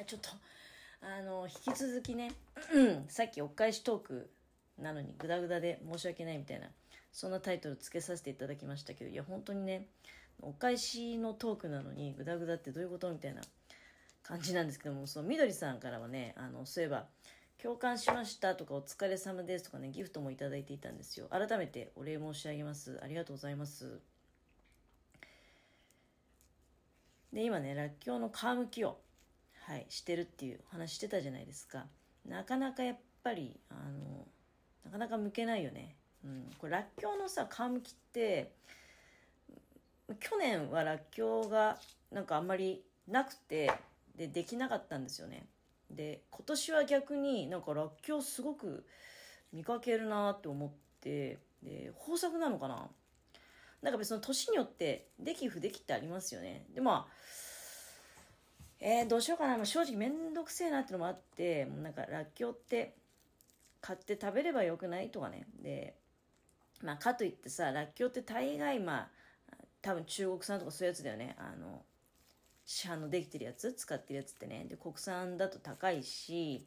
ちょっと、引き続きね、さっきお返しトークなのにグダグダで申し訳ないみたいな、そんなタイトルつけさせていただきましたけど、いや、本当にね、お返しのトークなのにグダグダってどういうことみたいな感じなんですけども、そのみどりさんからはね、そういえば、共感しましたとかお疲れ様ですとかね、ギフトもいただいていたんですよ。改めてお礼申し上げます。ありがとうございます。で、今ね、らっきょうの皮むきを、はい、してるっていう話してたじゃないですか。なかなかやっぱり、なかなか剥けないよね。うん。これ、らっきょうのさ、皮むきって、去年はらっきょうがなんかあんまりなくて、できなかったんですよね。で、今年は逆になんからっきょうすごく見かけるなって思って、で、豊作なのかな。なんか別に年によってでき不できってありますよね。で、まあ、どうしようかな。まあ、正直めんどくせえなってのもあって、もうなんからっきょうって買って食べればよくないとかね。で、まあかといってさ、らっきょうって大概まあ、多分中国産とかそういうやつだよね。市販のできてるやつ使ってるやつってね。で、国産だと高いし、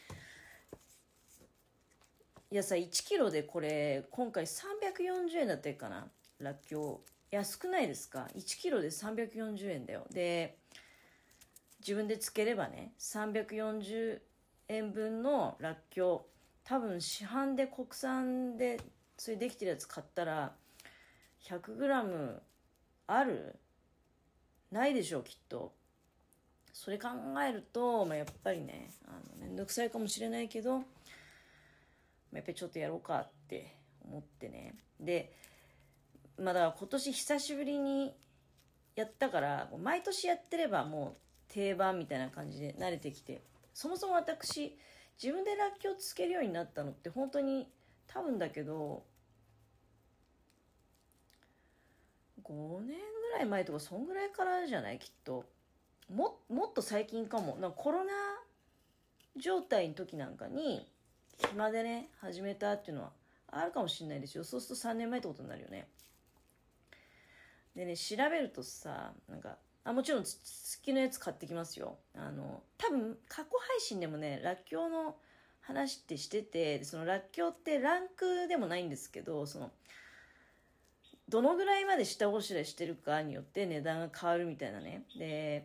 いやさ、1キロでこれ、今回340円だったかな。らっきょう。安くないですか？ 1 キロで340円だよ。で、自分でつければね、340円分のらっきょう、多分市販で国産で、それできてるやつ買ったら、100グラムある？ないでしょう、きっと。それ考えると、まあ、やっぱりね、めんどくさいかもしれないけど、やっぱりちょっとやろうかって思ってね。で、まあだから今年久しぶりにやったから、毎年やってればもう定番みたいな感じで慣れてきて、そもそも私、自分でらっきょうつけるようになったのって本当に多分だけど、5年ぐらい前とかそんぐらいからじゃないきっと。もっと最近かも。なんかコロナ状態の時なんかに暇でね始めたっていうのはあるかもしれないですよ。そうすると3年前ってことになるよね。でね、調べるとさ、なんかもちろん月のやつ買ってきますよ。多分過去配信でもねらっきょうの話ってしてて、そのらっきょうってランクでもないんですけど、そのどのぐらいまで下ごしらえしてるかによって値段が変わるみたいなね。で、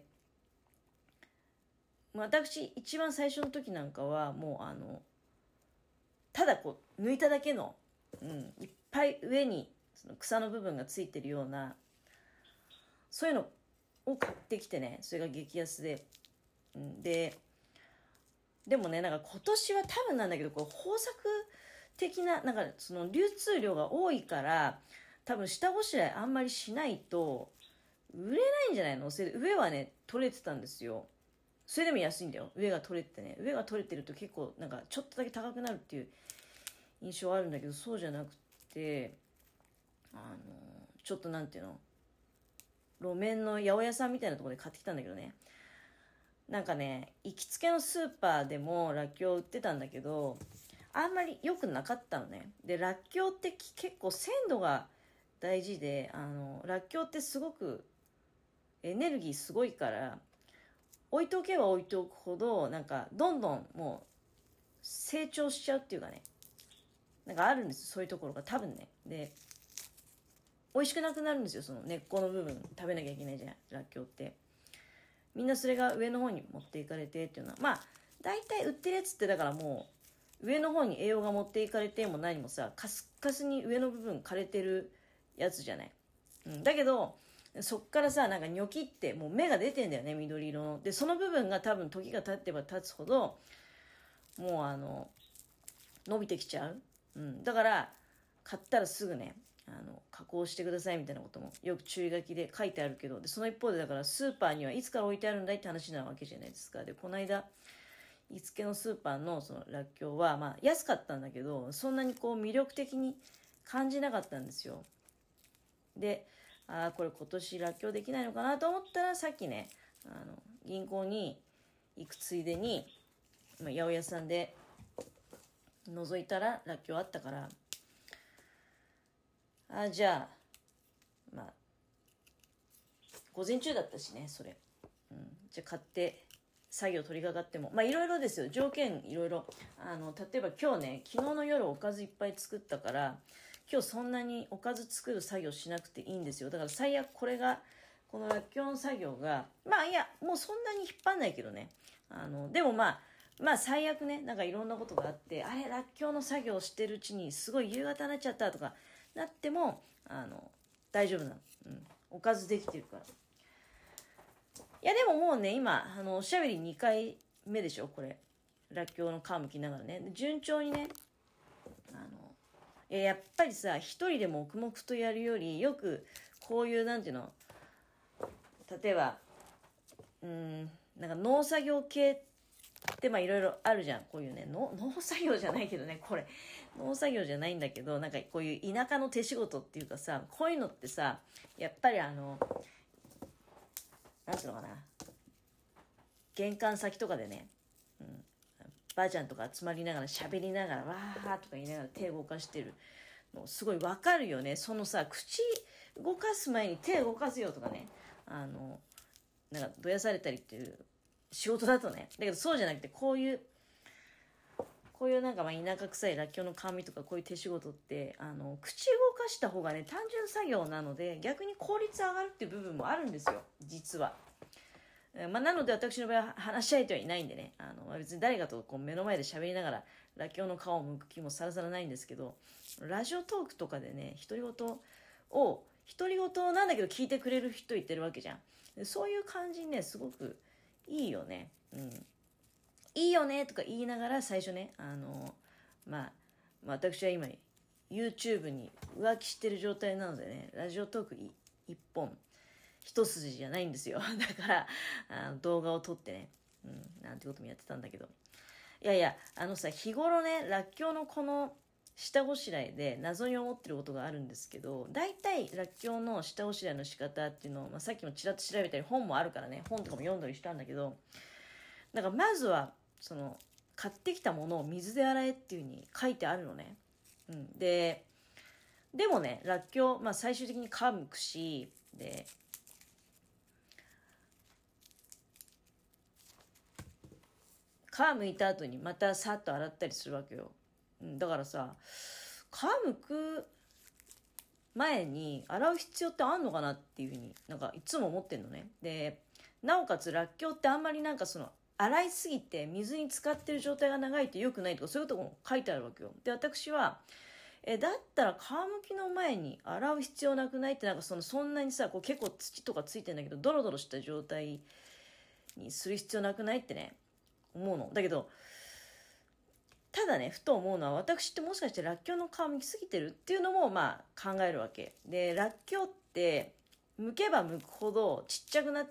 私一番最初の時なんかはもうただこう抜いただけの、いっぱい上にその草の部分がついてるような、そういうのを買ってきてね、それが激安で、でもね、なんか今年は多分なんだけど、こう豊作的な、なんかその流通量が多いから、多分下ごしらえあんまりしないと売れないんじゃないの。それで上はね取れてたんですよ。それでも安いんだよ。上が取れてね、上が取れてると結構なんかちょっとだけ高くなるっていう印象はあるんだけど、そうじゃなくて、ちょっとなんていうの、路面の八百屋さんみたいなところで買ってきたんだけどね、なんかね行きつけのスーパーでもらっきょう売ってたんだけど、あんまり良くなかったのね。で、らっきょうって結構鮮度が大事で、らっきょうってすごくエネルギーすごいから、置いておけば置いておくほどなんかどんどんもう成長しちゃうっていうかね、なんかあるんです、そういうところが多分ね。で、美味しくなくなるんですよ、その根っこの部分食べなきゃいけないじゃん、らっきょうって。みんなそれが上の方に持っていかれてっていうのは、まあ大体売ってるやつってだからもう上の方に栄養が持っていかれても何もさ、カスカスに上の部分枯れてるやつじゃない。だけどそっからさ、なんかニョキってもう芽が出てんだよね、緑色の。でその部分が多分時が経ってば経つほどもう伸びてきちゃう。だから買ったらすぐね加工してくださいみたいなこともよく注意書きで書いてあるけど、でその一方でだからスーパーにはいつから置いてあるんだいって話なわけじゃないですか。でこの間行きつけのスーパーのそのらっきょうはまあ安かったんだけど、そんなにこう魅力的に感じなかったんですよ。で、これ今年らっきょうできないのかなと思ったら、さっきね銀行に行くついでに、八百屋さんで覗いたららっきょうあったから、じゃあまあ午前中だったしねそれ、じゃあ買って作業取り掛かっても、まあいろいろですよ、条件いろいろ。例えば今日ね、昨日の夜おかずいっぱい作ったから、今日そんなにおかず作る作業しなくていいんですよ。だから最悪このらっきょうの作業が、まあいや、もうそんなに引っ張んないけどね。でもまあ最悪ね、なんかいろんなことがあって、あれ、らっきょうの作業してるうちにすごい夕方になっちゃったとかなっても、大丈夫なの。うん。おかずできてるから。いやでももうね、今、おしゃべり2回目でしょ、これ。らっきょうの皮むきながらね。順調にね、やっぱりさ、一人で黙々とやるより、よくこういうなんていうの、例えばなんか農作業系ってまあいろいろあるじゃん。こういうね、農作業じゃないけどね、これ農作業じゃないんだけど、なんかこういう田舎の手仕事っていうかさ、こういうのってさ、やっぱりなんつうのかな、玄関先とかでね、ばあちゃんとか集まりながら喋りながらわーとか言いながら手動かしてるのすごいわかるよね。そのさ、口動かす前に手動かすよとかね、なんかどやされたりっていう仕事だとね。だけどそうじゃなくて、こういうなんかまあ田舎臭いらっきょうの皮みとかこういう手仕事って口動かした方がね、単純作業なので逆に効率上がるっていう部分もあるんですよ、実は。まあ、なので私の場合は話し相手はいないんでね、別に誰かとこう目の前で喋りながららっきょうの皮を剥く気もさらさらないんですけど、ラジオトークとかでね、独り言なんだけど聞いてくれる人いてるわけじゃん。でそういう感じね、すごくいいよね。いいよねとか言いながら最初ね、私は今 YouTube に浮気してる状態なのでね、ラジオトーク一本一筋じゃないんですよ。だから動画を撮ってね、なんてこともやってたんだけど、いやいや、日頃ね、らっきょうのこの下ごしらえで謎に思ってることがあるんですけど、大体らっきょうの下ごしらえの仕方っていうのを、さっきもちらっと調べたり本もあるからね、本とかも読んだりしたんだけど、だからまずは買ってきたものを水で洗えっていう風に書いてあるのね。でもね、らっきょう、最終的に皮むくし、で皮むいた後にまたさっと洗ったりするわけよ。だからさ、皮むく前に洗う必要ってあんのかなっていうふうになんかいつも思ってんのね。で、なおかつらっきょうってあんまりなんか洗いすぎて水に浸かってる状態が長いと良くないとかそういうとこも書いてあるわけよ。で、私はだったら皮むきの前に洗う必要なくないって、なんかそんなにさ、こう結構土とかついてんだけどドロドロした状態にする必要なくないってね、思うの。だけどただね、ふと思うのは、私ってもしかしてらっきょうの皮むきすぎてるっていうのも考えるわけで、らっきょうって剥けば剥くほどちっちゃくなって、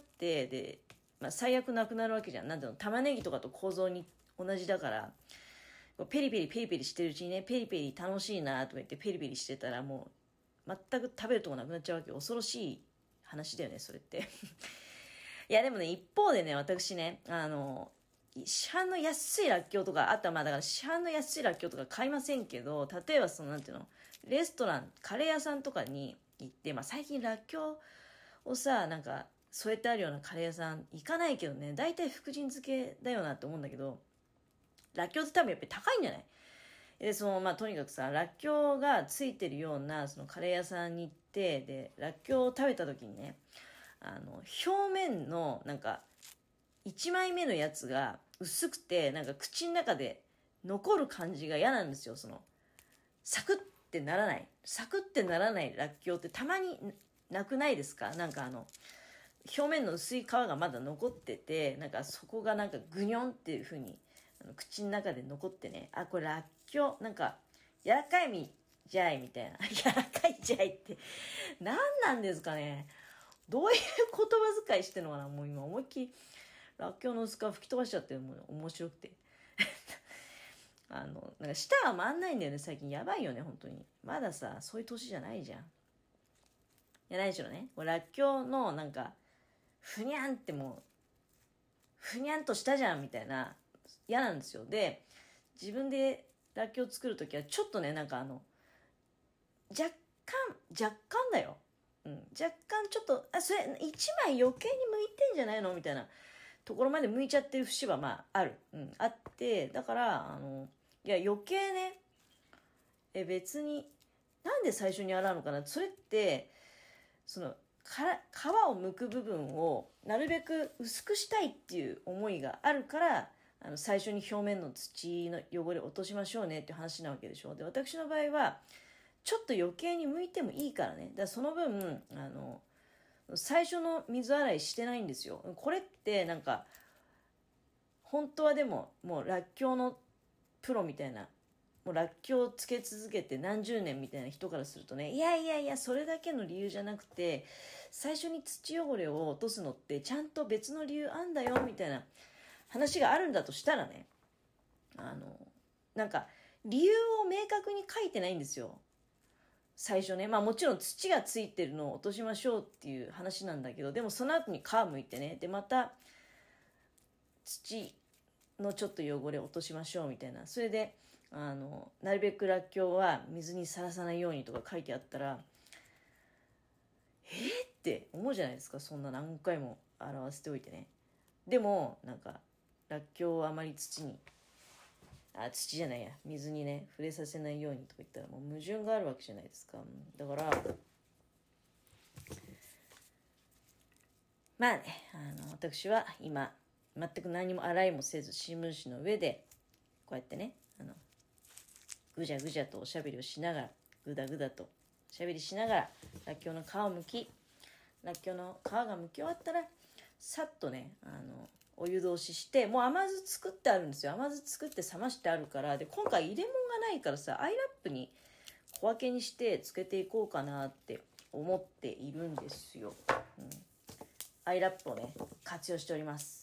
で、最悪なくなるわけじゃん。なんていうの、玉ねぎとかと構造に同じだから、ペリペリペリペリしてるうちにね、ペリペリ楽しいなとか言ってペリペリしてたらもう全く食べるとこなくなっちゃうわけよ。恐ろしい話だよね、それっていやでもね、一方でね、私ね、市販の安いらっきょうとか、あとはだから市販の安いらっきょうとか買いませんけど、例えばなんていうの、レストラン、カレー屋さんとかに行って、最近らっきょうをさ、なんか添えてあるようなカレー屋さん行かないけどね、大体福神漬けだよなって思うんだけど、らっきょうって多分やっぱり高いんじゃない？で、とにかくさ、らっきょうがついてるような、カレー屋さんに行って、で、らっきょうを食べた時にね、表面の、なんか、1枚目のやつが薄くて、なんか口の中で残る感じが嫌なんですよ。サクッてならない。サクッてならないらっきょうってたまになくないですか？なんか表面の薄い皮がまだ残ってて、なんかそこがなんかグニョンっていう風に口の中で残ってね、あ、これらっきょう、なんか柔らかいみじゃいみたいな。柔らかいじゃいって何なんですかね。どういう言葉遣いしてるのかな。もう今思いっきりらっきょうの薄皮吹き飛ばしちゃってもう面白くてなんか舌が回んないんだよね最近。やばいよね本当に。まださそういう年じゃないじゃん。いやないでしょうね。らっきょうのなんかふにゃんってもうふにゃんとしたじゃんみたいな、嫌なんですよ。で、自分でらっきょう作るときはちょっとね、なんか若干だよ、若干ちょっとそれ1枚余計に剥いてんじゃないのみたいなところまで向いちゃってる節はある、あって、だからいや余計ね、別になんで最初に洗うのかな、それってその皮を剥く部分をなるべく薄くしたいっていう思いがあるから、最初に表面の土の汚れを落としましょうねっていう話なわけでしょ。で、私の場合はちょっと余計に剥いてもいいからね。だからその分最初の水洗いしてないんですよ。これってなんか本当はでももうらっきょうのプロみたいな、もうらっきょうをつけ続けて何十年みたいな人からするとね、いやいやいや、それだけの理由じゃなくて、最初に土汚れを落とすのってちゃんと別の理由あんだよみたいな話があるんだとしたらね、なんか理由を明確に書いてないんですよ、最初ね。もちろん土がついてるのを落としましょうっていう話なんだけど、でもその後に皮むいてね、でまた土のちょっと汚れを落としましょうみたいな、それでなるべくらっきょうは水にさらさないようにとか書いてあったら、って思うじゃないですか、そんな何回も洗わせておいてね。でもなんからっきょうをあまり土じゃないや、水にね触れさせないようにとか言ったらもう矛盾があるわけじゃないですか。だから私は今全く何も洗いもせず新聞紙の上でこうやってねぐじゃぐじゃとおしゃべりをしながら、ぐだぐだとおしゃべりしながららっきょうの皮をむき、らっきょうの皮がむき終わったらさっとねお湯通しして、もう甘酢作ってあるんですよ。甘酢作って冷ましてあるから。で今回入れ物がないからさ、アイラップに小分けにしてつけていこうかなって思っているんですよ。アイラップをね活用しております。